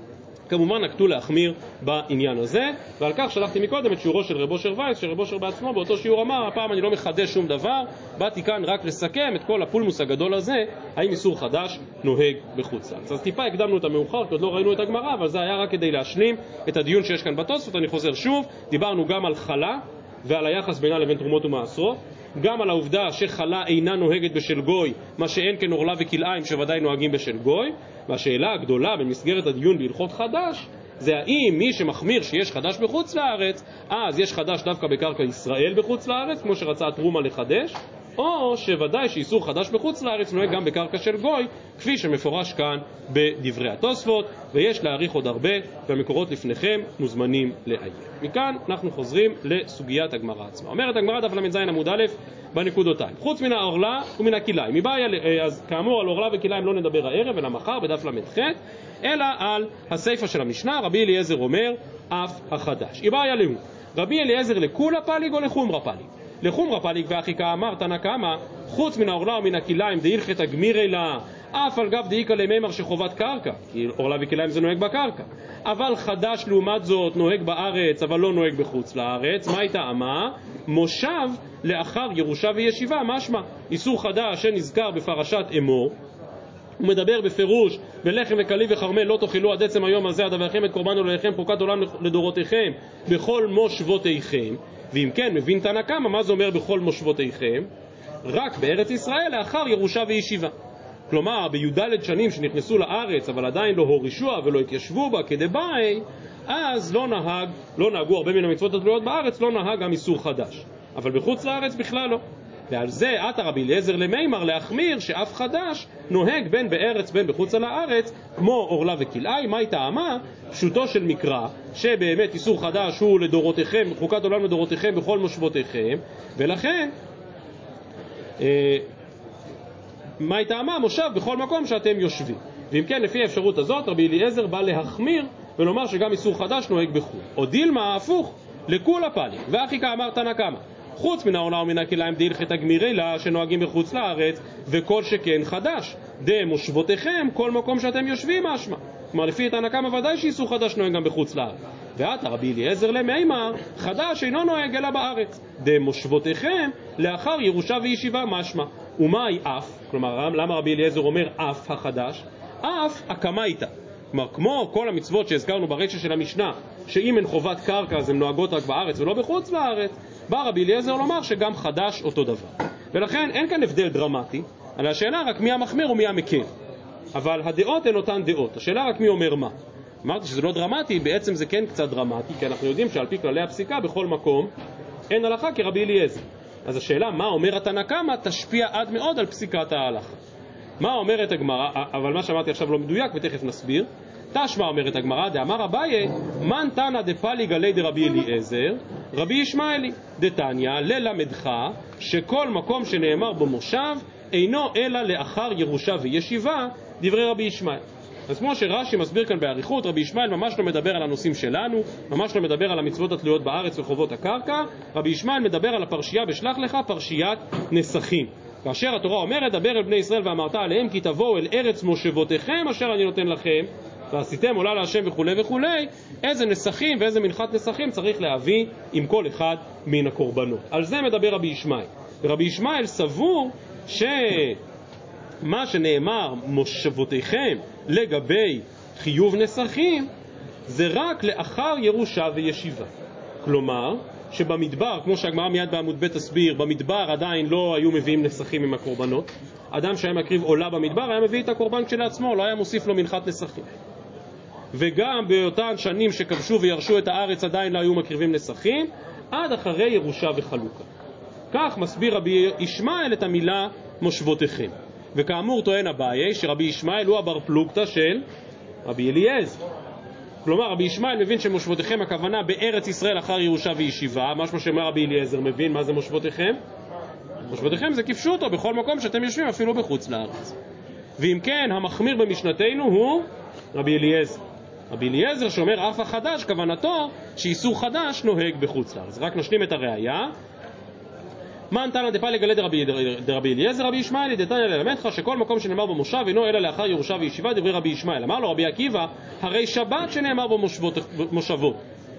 Speaker 2: כמובן נקטו להחמיר בעניין הזה. ועל כך שלחתי מקודם את שיעורו של רב אושר וייס, שרב אושר בעצמו באותו שיעור אמר, הפעם אני לא מחדש שום דבר, באתי כאן רק לסכם את כל הפולמוס הגדול הזה, האם איסור חדש נוהג בחוץ לארץ. אז טיפה הקדמנו את המאוחר, כי עוד לא ראינו את הגמרא, אבל זה היה רק כדי להשלים את הדיון שיש כאן בתוספות. אני חוזר שוב, דיברנו גם על חלה ועל היחס בינה לבין תרומות ומעשרות, גם על העובדה שחלה אינה נוהגת בשל גוי, מה שאין כן עורלה וכלאיים שוודאי נוהגים בשל גוי. והשאלה הגדולה במסגרת הדיון בהלכות חדש, זה האם מי שמחמיר שיש חדש בחוץ לארץ, אז יש חדש דווקא בקרקע ישראל בחוץ לארץ, כמו שרצה תרומה לחדש, או שוודאי שאיסור חדש בחוץ לארץ נוהג גם בקרקע של גוי, כפי שמפורש כאן בדברי התוספות, ויש להעריך עוד הרבה, והמקורות לפניכם מוזמנים לעיין. מכאן אנחנו חוזרים לסוגיית הגמרא עצמה. אומרת הגמרא דף למד זין עמוד א' בנקודותיים. חוץ מן העורלה ומן הכלאיים. מבעיה, אז כאמור על עורלה וכלאיים לא נדבר הערב אלא מחר בדף למד ח', אלא על הסיפא של המשנה. רבי אליעזר אומר אף החדש. מבעיה להו. רבי אליעזר לכולה פליג או לחומרה פליג? לחומרה פליג ואחי כאמר תנא קמא, חוץ מן העורלה ומן הכלאיים דהילכתא גמירי לה, אף על גב דאיכא למימר שחובת קרקע, כי עורלה וכלאיים זה נוהג בקרקע, אבל חדש לעומת זאת נוהג בארץ אבל לא נוהג בחוץ לארץ. מה הייתה אמה? מושב לאחר ירושה וישיבה. משמע איסור חדש שנזכר בפרשת אמור, הוא מדבר בפירוש בלחם וכלי וחרמל לא תאכלו עד עצם היום הזה עד אביכם את קורבן אלוהיכם פרוקת עולם לדורותיכם בכל מושבותיכם. ואם כן מבין תנא קמא מה זה אומר בכל מושבותיכם? רק בארץ ישראל לאחר ירושה וישיבה. כלומר בי"ד שנים שנכנסו לארץ אבל עדיין לא הורישוה ולא התיישבו בה כדבעי, אז לא נהג, לא נהגו הרבה מן המצוות התלויות בארץ, לא נהג גם איסור חדש, אבל בחוץ לארץ בכלל לא. ועל זה עתה רבי אליעזר למימר להחמיר שאף חדש נוהג בין בארץ בין בחוץ לארץ כמו עורלה וכלאיים. מה הייתה אמה? פשוטו של מקרא שבאמת איסור חדש הוא לדורותיכם, חוקת עולם לדורותיכם בכל מושבותיכם, ולכן אה, מה הייתה אמה? מושב בכל מקום שאתם יושבים. ואם כן לפי האפשרות הזאת רבי אליעזר בא להחמיר ולומר שגם איסור חדש נוהג בחו"ל. או דילמה הפוך, לכולה פליג ואחי כאמר תנא קמא, חוץ מן העורלה ומן הכלאיים דהילכתא גמירי לה שנוהגים בחוץ לארץ, וכל שכן חדש דמושבותיכם כל מקום שאתם יושבים. משמע כלומר לפי תנא קמא ודאי שאיסור חדש נוהג גם בחוץ לארץ. ועתה רבי אליעזר למימר חדש אינו נוהג אלא בארץ דמושבותיכם לאחר ירושה וישיבה. משמע ומאי אף, כלומר למה רבי אליעזר אומר אף החדש? אף הקמייתא, כלומר כמו כל המצוות שהזכרנו ברשת של המשנה שאם אין חובת קרקע אז הן נוהגות רק בארץ ולא בחוץ לארץ, בא רבי אליעזר לומר שגם חדש אותו דבר. ולכן אין כאן הבדל דרמטי, על השאלה רק מי המחמיר ומי המקל, אבל הדעות הן אותן דעות, השאלה רק מי אומר מה. אמרתי שזה לא דרמטי, בעצם זה כן קצת דרמטי, כי אנחנו יודעים שעל פי כללי הפסיקה בכל מקום אין הלכה כרבי אליעזר. אז השאלה מה אומר התנא קמא תשפיע עד מאוד על פסיקת ההלכה. מה אומרת הגמרא? אבל מה שאמרתי עכשיו לא מדויק ותכף נסביר. תשמע אומרת הגמרא, דאמר אביי מן תנא דפליג עלי דרבי אליעזר רבי ישמעאלי דתניא ללמדך שכל מקום שנאמר בו מושב אינו אלא לאחר ירושה וישיבה, דברי רבי ישמעאל. אז כמו שרש"י מסביר כאן באריכות, רבי ישמעאל ממש לא מדבר על הנושאים שלנו, ממש לא מדבר על המצוות התלויות בארץ וחובות הקרקע. רבי ישמעאל מדבר על הפרשייה בשלח לך, פרשיית נסכים, כאשר התורה אומרת דבר אל בני ישראל ואמרת עליהם כי תבואו אל ארץ מושבותיכם אשר אני נותן לכם ועשיתם עולה להשם וכו' וכו'. איזה נסכים ואיזה מנחת נסכים צריך להביא עם כל אחד מן הקורבנות. על זה מדבר רבי ישמעאל. ורבי ישמעאל סבור שמה שנאמר מושבותיכם לגבי חיוב נסכים זה רק לאחר ירושה וישיבה. כלומר שבמדבר, כמו שהגמרא מיד בעמוד ב' תסביר, במדבר עדיין לא היו מביאים נסכים עם הקורבנות. אדם שהיה מקריב עולה במדבר היה מביא את הקורבן כשלעצמו, לא היה מוסיף לו מנחת נסכים. וגם באותן שנים שכבשו וירשו את הארץ עדיין לא היו מקריבים נסכים עד אחרי ירושה וחלוקה. כך מסביר רבי ישמעאל את המילה מושבותיכם. וכאמור טוען אביי שרבי ישמעאל הוא הבר פלוגתא של רבי אליעזר. כלומר רבי ישמעאל מבין שמושבותיכם הכוונה בארץ ישראל אחר ירושה וישיבה, משהו שאומר רבי אליעזר מבין מה זה מושבותיכם? מושבותיכם זה כפשוטו בכל מקום שאתם יושבים אפילו בחוץ לארץ. ואם כן המחמיר במשנתנו הוא רבי אליעזר. רבי אליעזר שאומר אף החדש כוונתו שאיסור חדש נוהג בחוץ לארץ. רק נשלים את הראייה. מן תנא דפליג עלי דרבי אליעזר רבי ישמעאל דתניא ללמדך שכל מקום שנאמר במושב אינו אלא לאחר ירושה וישיבה, דברי רבי ישמעאל. אמר לו רבי עקיבא הרי שבת שנאמר במושבות, מושבות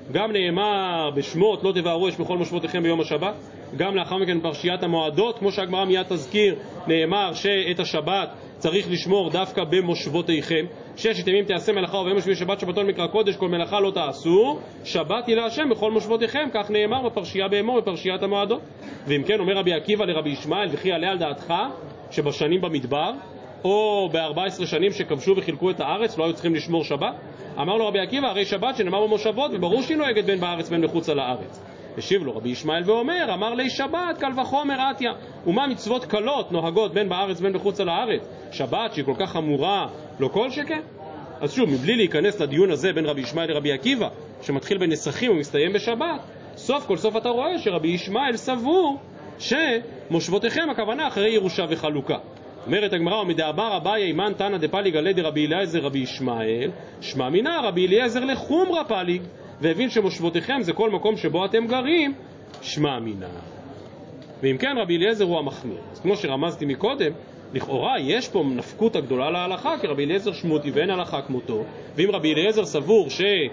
Speaker 2: גם נאמר בשמות לא תבערו אש בכל מושבותיכם ביום השבת, גם לאחר מכן פרשיית המועדות, כמו שהגמרא מיד תזכיר, נאמר שאת השבת צריך לשמור דווקא במושבותיכם. ששת ימים תעשה מלאכה וביום השביעי שבת שבתון מקרא קודש, כל מלאכה לא תעשו, שבת היא להשם בכל מושבותיכם, כך נאמר בפרשייה באמור בפרשיית המועדות. ואם כן, אומר רבי עקיבא לרבי ישמעאל, וכי עלה על דעתך שבשנים במדבר או ב-ארבע עשרה שנים שכבשו וחילקו את הארץ לא היו צריכים לשמור שבת? אמר לו רבי עקיבא, הרי שבת שנאמר במושבות, וברור שהיא נוהגת בין בארץ בין מחוץ על הארץ. השיב לו רבי ישמעאל ואומר, אמר לי שבת קל וחומר עתיה, ומה מצוות קלות נוהגות בין בארץ בין מחוץ על הארץ? שבת שהיא כל כך חמורה, לא כל שכן? אז שוב, מבלי להיכנס לדיון הזה בין רבי ישמעאל לרבי עקיבא, שמתחיל בנסחים ומסתיים בשבת, סוף כל סוף אתה רואה שרבי ישמעאל סבור שמושבותיכם הכוונה אחרי ירושה וחלוקה. אומרת הגמרא, ומדאמר אביי אימן תנא דפליג עלי דרבי אליעזר רבי ישמעאל, שמע מינא רבי אליעזר לחומרא פליג, והבין שמושבותיכם זה כל מקום שבו אתם גרים, שמע מינא. ואם כן, רבי אליעזר הוא המחמיר. אז כמו שרמזתי מקודם, לכאורה יש פה נפקות הגדולה להלכה, כי רבי אליעזר שמותי ואין הלכה כמותו, ואם רבי אליעזר סבור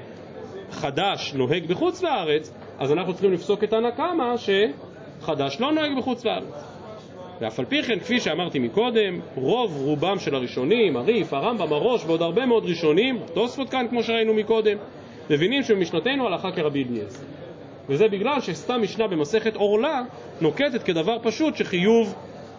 Speaker 2: שחדש נוהג בחוץ לארץ, אז אנחנו צריכים לפסוק את הנקמה שחדש לא נוהג בחוץ לארץ. ואף על פי כן, כפי שאמרתי מקודם, רוב רובם של הראשונים, הריף, הרמב"ם, הראש ועוד הרבה מאוד ראשונים, תוספות כאן כמו שראינו מקודם, מבינים שבמשנתנו הלכה כרבי אליעזר. וזה בגלל שסתם משנה במסכת עורלה נוקטת כדבר פשוט שחיוב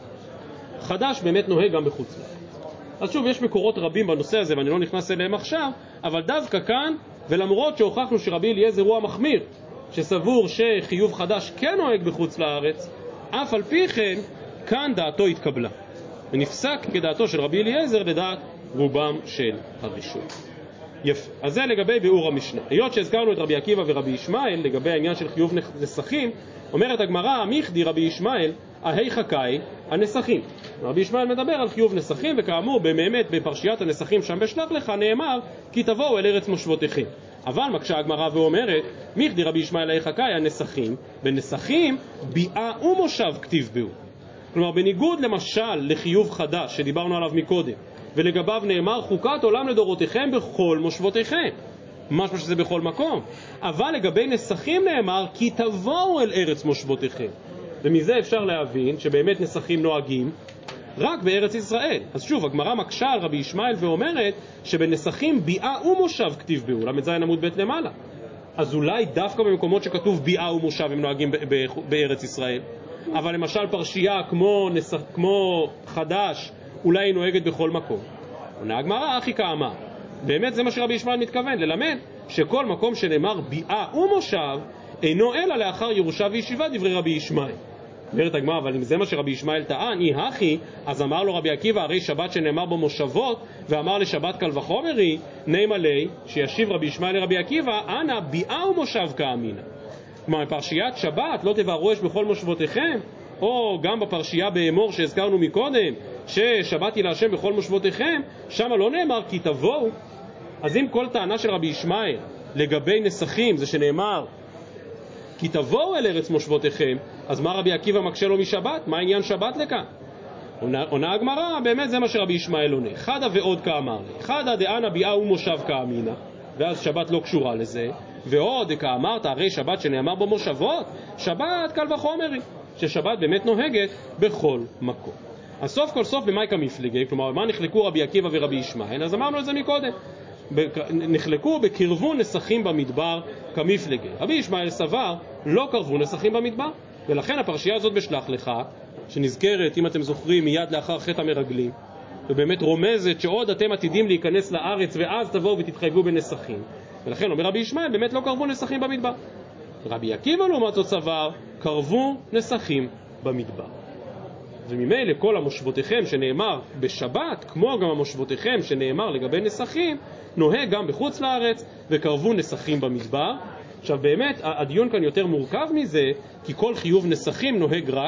Speaker 2: חדש באמת נוהג גם בחוץ לארץ. אז שוב, יש מקורות רבים בנושא הזה ואני לא נכנס אליהם עכשיו, אבל דווקא כאן, ולמרות שהוכחנו שרבי אליעזר הוא המחמיר, שסבור שחיוב חדש כן נוהג בחוץ לארץ, אף על פי כן, כאן דעתו התקבלה. ונפסק כדעתו של רבי אליעזר לדעת רובם של הראשונים. יפה. אז זה לגבי ביאור המשנה. היות שהזכרנו את רבי עקיבא ורבי ישמעאל לגבי העניין של חיוב נסחים, אומרת הגמרא, מיכדי רבי ישמעאל, ההי חכאי הנסחים. רבי ישמעאל מדבר על חיוב נסחים, וכאמור באמת בפרשיית הנסחים שם בשלח לך נאמר, כי תבואו אל ארץ מושבותיכם. אבל מקשה הגמרא ואומרת, מיכדי רבי ישמעאל ההי חכאי הנסחים, בנסחים ביאה ומושב כתיב ביאור. כלומר, בניגוד למשל לחיוב חדש שדיברנו עליו מקודם, ולגביו נאמר חוקת עולם לדורותיכם בכל מושבותיכם, משהו שזה בכל מקום. אבל לגבי נסחים נאמר כי תבואו אל ארץ מושבותיכם, ומזה אפשר להבין שבאמת נסחים נוהגים רק בארץ ישראל. אז שוב, הגמרא מקשה על רבי ישמעאל ואומרת שבנסחים ביאה ומושב כתיב ביאור, למד זין עמוד בית למעלה. אז אולי דווקא במקומות שכתוב ביאה ומושב הם נוהגים בארץ ישראל, אבל למשל פרשייה כמו, נסח, כמו חדש אולי היא נוהגת בכל מקום. עונה הגמרא, אחי כאמר, באמת זה מה שרבי ישמעאל מתכוון, ללמד שכל מקום שנאמר ביאה ומושב אינו אלא לאחר ירושה וישיבה, דברי רבי ישמעאל. אומרת הגמרא, אבל אם זה מה שרבי ישמעאל טען, אי הכי, אז אמר לו רבי עקיבא, הרי שבת שנאמר בו מושבות, ואמר לשבת קל וחומר היא, נאמר לי, שישיב רבי ישמעאל לרבי עקיבא, אנא ביאה ומושב כאמינא. כלומר, בפרשיית שבת לא תבערו אש בכל מושבותיכם, או גם בפרשייה באמור שהזכרנו מקודם, ששבת היא להשם בכל מושבותיכם, שם לא נאמר כי תבואו. אז אם כל טענה של רבי ישמעאל לגבי נסחים זה שנאמר כי תבואו אל ארץ מושבותיכם, אז מה רבי עקיבא מקשה לו משבת? מה עניין שבת לכאן? עונה הגמרא, באמת זה מה שרבי ישמעאל עונה. חדה ועוד כאמר לי, חדה דאנה ביאה ומושב כאמינא, ואז שבת לא קשורה לזה, ועוד כאמרת, הרי שבת שנאמר בו מושבות, שבת קל וחומר היא, ששבת באמת נוהגת בכל מקום. אז סוף כל סוף במאי כמפלגי, כלומר במה נחלקו רבי עקיבא ורבי ישמעאל, אז אמרנו את זה מקודם, נחלקו בקרבו נסחים במדבר כמפלגי. רבי ישמעאל סבר לא קרבו נסחים במדבר, ולכן הפרשייה הזאת בשלח לך, שנזכרת אם אתם זוכרים מיד לאחר חטא המרגלים, ובאמת רומזת שעוד אתם עתידים להיכנס לארץ ואז תבואו ותתחייבו בנסחים, ולכן אומר רבי ישמעאל באמת לא קרבו נסחים במדבר. רבי עקיבא לעומת זאת סבר קרבו נסחים במדבר. וממילא כל המושבותיכם שנאמר בשבת, כמו גם המושבותיכם שנאמר לגבי נסחים, נוהג גם בחוץ לארץ וקרבו נסחים במדבר. עכשיו באמת הדיון כאן יותר מורכב מזה, כי כל חיוב נסחים נוהג רק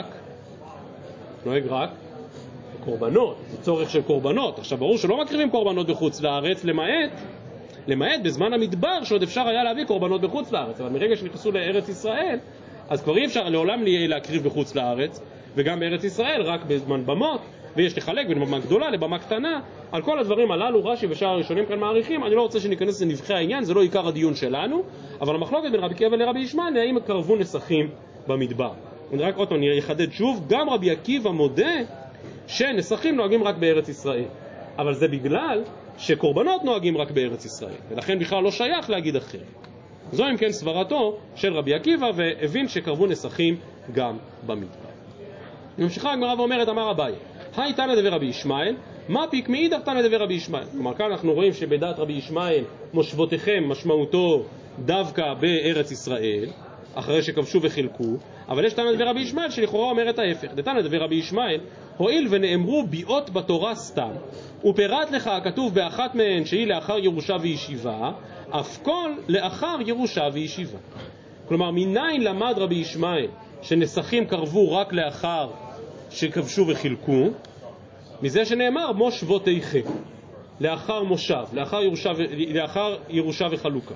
Speaker 2: נוהג רק קורבנות, זה צורך של קורבנות. עכשיו ברור שלא מקריבים קורבנות בחוץ לארץ, למעט למעט בזמן המדבר שעוד אפשר היה להביא קורבנות בחוץ לארץ, אבל מרגע שנכנסו לארץ ישראל אז כבר אי אפשר לעולם להקריב בחוץ לארץ, וגם בארץ ישראל רק בזמן במות ויש לחלק בין במה גדולה לבמה קטנה. על כל הדברים הללו רש"י ושאר הראשונים כאן מעריכים. אני לא רוצה שניכנס לנבחי העניין, זה לא עיקר הדיון שלנו, אבל המחלוקת בין רבי עקיבא לרבי ישמעאל האם קרבו נסכים במדבר. אני רק עוד פעם אחדד שוב, גם רבי עקיבא מודה שנסכים נוהגים רק בארץ ישראל, אבל זה בגלל שקורבנות נוהגים רק בארץ ישראל, ולכן בכלל לא שייך להגיד אחר. זו אם כן סברתו של רבי עקיבא, והבין שקרבו נסכים גם במדבר. ממשיכה הגמרא ואומרת, אמר אביי, היי תנא דבי רבי ישמעאל, מה פיק מאידך תנא דבי רבי ישמעאל? כלומר, כאן אנחנו רואים שבדעת רבי ישמעאל מושבותיכם משמעותו דווקא בארץ ישראל, אחרי שכבשו וחילקו, אבל יש תנא דבי רבי ישמעאל שלכאורה אומרת ההפך. דתנא דבי רבי ישמעאל, הואיל ונאמרו ביאות בתורה סתם, ופירט לך הכתוב באחת מהן שהיא לאחר ירושה וישיבה, אף כל לאחר ירושה וישיבה. כלומר, מניין למד רבי ישמעאל שנסכים קרבו רק לאחר שכבשו וחילקו? מזה שנאמר מושבותיכם, לאחר מושב, לאחר ירושה, ו... לאחר ירושה וחלוקה.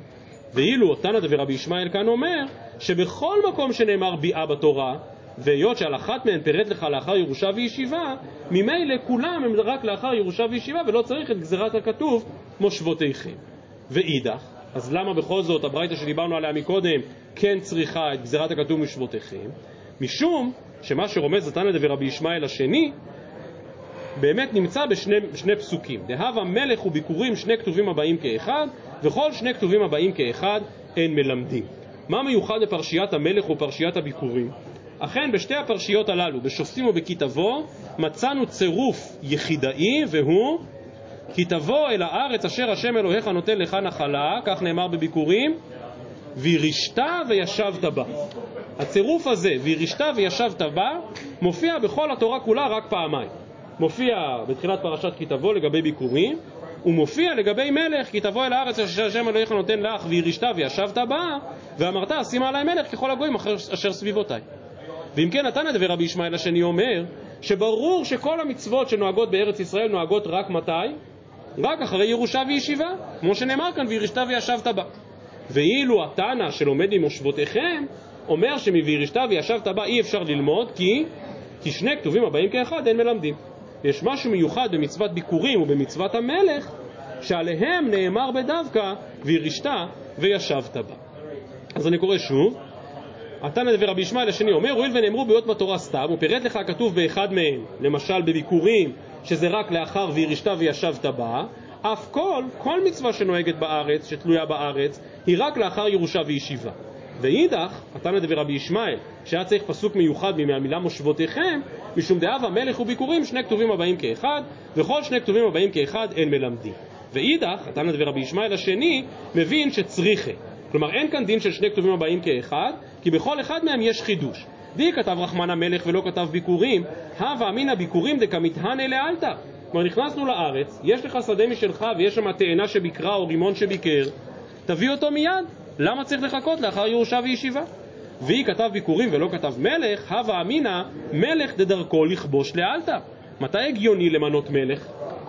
Speaker 2: ואילו תנא דבי רבי ישמעאל כאן אומר שבכל מקום שנאמר ביאה בתורה, והיות שעל אחת מהן פירט לך לאחר ירושה וישיבה, ממילא כולם הם רק לאחר ירושה וישיבה, ולא צריך את גזירת הכתוב מושבותיכם. ואידך, אז למה בכל זאת הברייתא שדיברנו עליה מקודם כן צריכה את גזירת הכתוב מושבותיכם? משום שמה שרומז תנא דבי רבי ישמעאל השני באמת נמצא בשני שני פסוקים. דהבה מלך וביקורים שני כתובים הבאים כאחד, וכל שני כתובים הבאים כאחד אין מלמדים. מה מיוחד בפרשיית המלך ופרשיית הביקורים? אכן בשתי הפרשיות הללו, בשופטים ובכי תבוא, מצאנו צירוף יחידאי, והוא כי תבוא אל הארץ אשר השם אלוהיך נותן לך נחלה, כך נאמר בביקורים, וירשת וישבת בה. הצירוף הזה, וירשת וישבת בה, מופיע בכל התורה כולה רק פעמיים. מופיע בתחילת פרשת כי תבוא לגבי ביקורים, ומופיע לגבי מלך, כי תבוא אל הארץ אשר השם אלוהיך נותן לך, וירשת וישבת בה, ואמרת שימה עלי מלך ככל הגויים אשר סביבותיי. ואם כן, תנא דבי רבי ישמעאל השני אומר שברור שכל המצוות שנוהגות בארץ ישראל נוהגות רק מתי? רק אחרי ירושה וישיבה, כמו שנאמר כאן, וירשת וישבת בה. ואילו התנא שלומד ממושבותיכם אומר שמווירשת וישבת בה אי אפשר ללמוד, כי כי שני כתובים הבאים כאחד אין מלמדים. יש משהו מיוחד במצוות ביקורים ובמצוות המלך שעליהם נאמר בדווקא וירשת וישבת בה. אז אני קורא שוב, תנא דבי רבי ישמעאל השני אומר, הואיל ונאמרו ביאות בתורה סתם, ופירט לך הכתוב באחד מהם, למשל בביקורים, שזה רק לאחר וירשת וישבת בה, אף כל, כל מצווה שנוהגת בארץ, שתלויה בארץ, היא רק לאחר ירושה וישיבה. ואידך, תנא דבי רבי ישמעאל, שהיה צריך פסוק מיוחד מהמילה מושבותיכם, משום דהבה מלך וביקורים שני כתובים הבאים כאחד, וכל שני כתובים הבאים כאחד אין מלמדים. ואידך, תנא דבי רבי ישמעאל השני מבין שצריכה. כלומר, אין כאן דין של שני כתובים הבאים כאחד, כי בכל אחד מהם יש חידוש. די כתב רחמן המלך ולא כתב ביקורים, הווה אמינא ביקורים דקמתהנא לאלתר. כלומר, נכנסנו לארץ, יש לך שדה משלך ויש שם תאנה שביקרה או רימון שביקר, תביא אותו מיד. למה צריך לחכות לאחר ירושה וישיבה? והיא כתב ביקורים ולא כתב מלך, הווה אמינא מלך דדרכו לכבוש לאלתר. מתי הגיוני למנות מלך?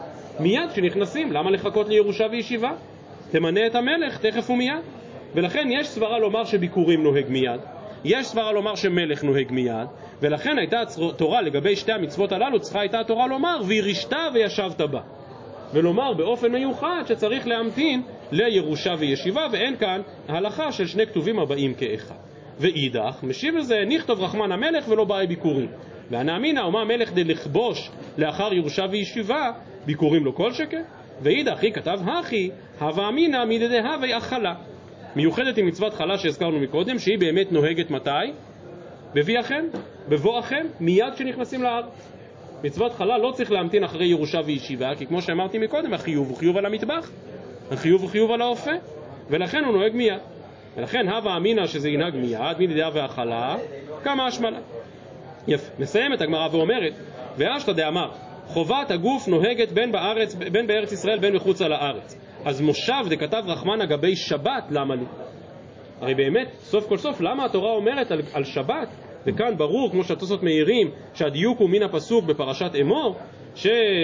Speaker 2: מיד כשנכנסים. למה לחכות לירושה וישיבה? תמנה את המלך תכף ומיד. ולכן יש סברה לומר שביקורים נוהג מיד, יש סברה לומר שמלך נוהג מיד, ולכן הייתה תורה לגבי שתי המצוות הללו, צריכה הייתה תורה לומר וירשת וישבת בה, ולומר באופן מיוחד שצריך להמתין לירושה וישיבה, ואין כאן ההלכה של שני כתובים הבאים כאחד. ואידך משיב לזה, נכתוב רחמן המלך ולא באי ביקורים, והנאמינא ומה המלך דלכבוש לאחר ירושה וישיבה, ביקורים לא כל שכן. ואידך היא כתב הכי הווה אמינא מדדי הווי אכלה, מיוחדת עם מצוות חלה שהזכרנו מקודם, שהיא באמת נוהגת מתי? בביאכם, בבואכם, מיד כשנכנסים לארץ. מצוות חלה לא צריך להמתין אחרי ירושה וישיבה, כי כמו שאמרתי מקודם, החיוב הוא חיוב על המטבח, החיוב הוא חיוב על האופה, ולכן הוא נוהג מיד. ולכן הווה אמינא שזה ינהג מיד, מדדי והחלה, כמה השמלה. יפה, מסיימת הגמרא ואומרת, ואשתא דאמר, חובת הגוף נוהגת בין בארץ, בין בארץ ישראל בין מחוץ לארץ. אז מושב דכתב רחמן אגבי שבת, למה לי? הרי באמת, סוף כל סוף, למה התורה אומרת על, על שבת? וכאן ברור, כמו שהתוספות מאירים, שהדיוק הוא מן הפסוק בפרשת אמור,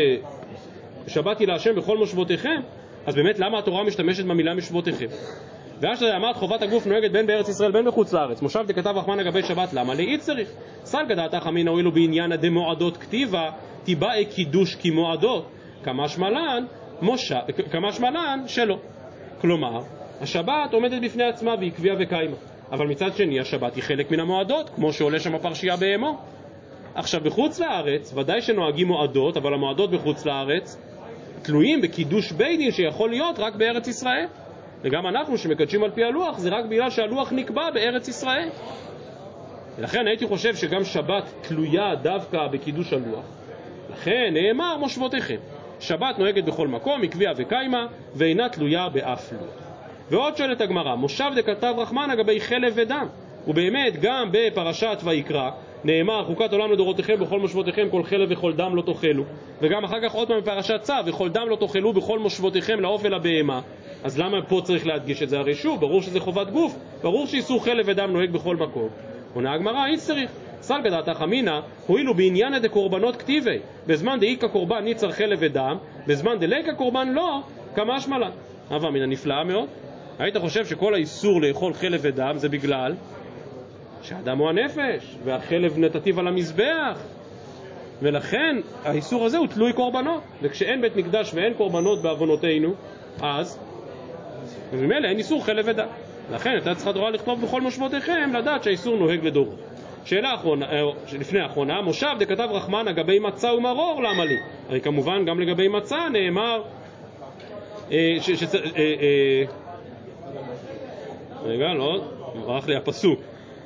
Speaker 2: ששבתי להשם בכל מושבותיכם, אז באמת למה התורה משתמשת במילה משבותיכם? ואשתא אמרת חובת הגוף נוהגת בין בארץ ישראל בין בחוץ לארץ. מושב דכתב רחמנא גבי שבת, למה לאי צריך? סלקא דעתך אמינא הואיל ובעניין דמועדות כתיבה תיבאי קידוש כמועדות, כמשמע לן מושב, כמשמע לן שלא. כלומר, השבת עומדת בפני עצמה והיא קביעה וקיימה, אבל מצד שני השבת היא חלק מן המועדות, כמו שעולה שם הפרשייה באמו. עכשיו בחוץ לארץ ודאי שנוהגים מועדות, אבל המועדות בחוץ לארץ תלויים בקידוש בית דין שיכול להיות רק בארץ ישראל, וגם אנחנו שמקדשים על פי הלוח זה רק בגלל שהלוח נקבע בארץ ישראל. ולכן הייתי חושב שגם שבת תלויה דווקא בקידוש הלוח, לכן נאמר מושבותיכם. שבת נוהגת בכל מקום, היא קביעה וקיימה, ואינה תלויה באף לוח. ועוד שואלת הגמרא, מושב דכתב רחמנא גבי חלב ודם, ובאמת גם בפרשת ויקרא נאמר חוקת עולם לדורותיכם בכל מושבותיכם כל חלב וכל דם לא תאכלו, וגם אחר כך עוד פעם בפרשת צו וכל דם לא תאכלו בכל מושבותיכם לעוף ולבהמה. אז למה פה צריך להדגיש את זה? הרי שוב, ברור שזה חובת גוף, ברור שאיסור חלב ודם נוהג בכל מקום. עונה הגמרא, אי צריך. סלקא דעתך אמינא הואיל ובעניין דקורבנות כתיבי בזמן דאיכא קורבן ניצר חלב ודם, בזמן דליקא קורבן לא, כמשמע לן. הווה אמינא נפלאה מאוד. היית חושב שכל האיסור לאכול חלב ודם זה בגלל שהאדם הוא הנפש והחלב נתתיו על המזבח, ולכן האיסור הזה הוא תלוי קורבנות, וכשאין בית מקדש ואין קורבנות בעוונותינו אז במילא אין איסור חלב ודם. לכן הייתה צריכה תורה לכתוב בכל מושבותיכם לדעת שהאיסור נוהג לדורות. שאלה אחרונה, לפני האחרונה, מושב דכתב רחמנא גבי מצה ומרור, למה לי? הרי כמובן גם לגבי מצה נאמר ש... ש... רגע, לא, ברח לי הפסוק,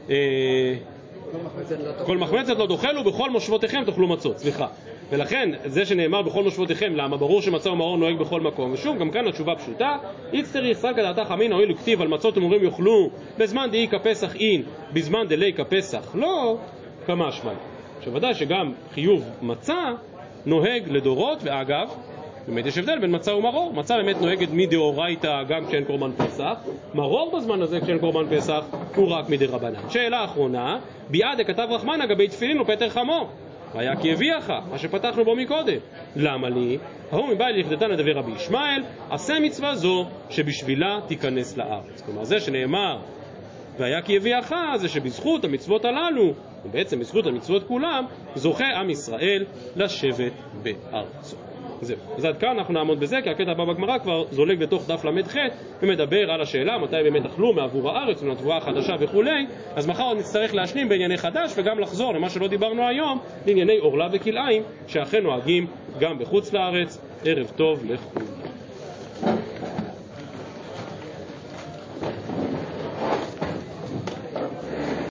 Speaker 2: כל מחמצת לא תאכלו בכל מושבותיכם תאכלו מצות, סליחה. ולכן זה שנאמר בכל מושבותיכם, למה? ברור שמצה ומרור נוהג בכל מקום. ושוב, גם כאן התשובה פשוטה, איצטריך סלקא דעתך אמינא הואיל וכתיב על מצות ומרורים יאכלו בזמן דאיכא פסח אין בזמן דליקא פסח לא, כמשמע. שוודאי שגם חיוב מצה נוהג לדורות, ואגב באמת יש הבדל בין מצה ומרור. מצה באמת נוהגת מדאורייתא גם כשאין קורבן פסח, מרור בזמן הזה כשאין קורבן פסח הוא רק מדרבנן. שאלה אחרונה, ביאה דכתב רחמנא גבי תפילין ופטר חמור, והיה כי הביאך, מה שפתחנו בו מקודם. למה לי? ההוא מבעל לכדתנא דבי רבי ישמעאל, עשה מצווה זו שבשבילה תיכנס לארץ. כלומר זה שנאמר והיה כי הביאך, זה שבזכות המצוות הללו, ובעצם בזכות המצוות כולם, זוכה עם ישראל לשבת בארצו. זהו. אז עד כאן אנחנו נעמוד בזה, כי הקטע הבא בגמרא כבר זולג בתוך דף למד ח' ומדבר על השאלה מתי באמת אכלו מעבור הארץ ולתבואה החדשה וכולי. אז מחר עוד נצטרך להשלים בענייני חדש וגם לחזור למה שלא דיברנו היום, לענייני עורלה וכלאיים שאכן נוהגים גם בחוץ לארץ. ערב טוב לכולם.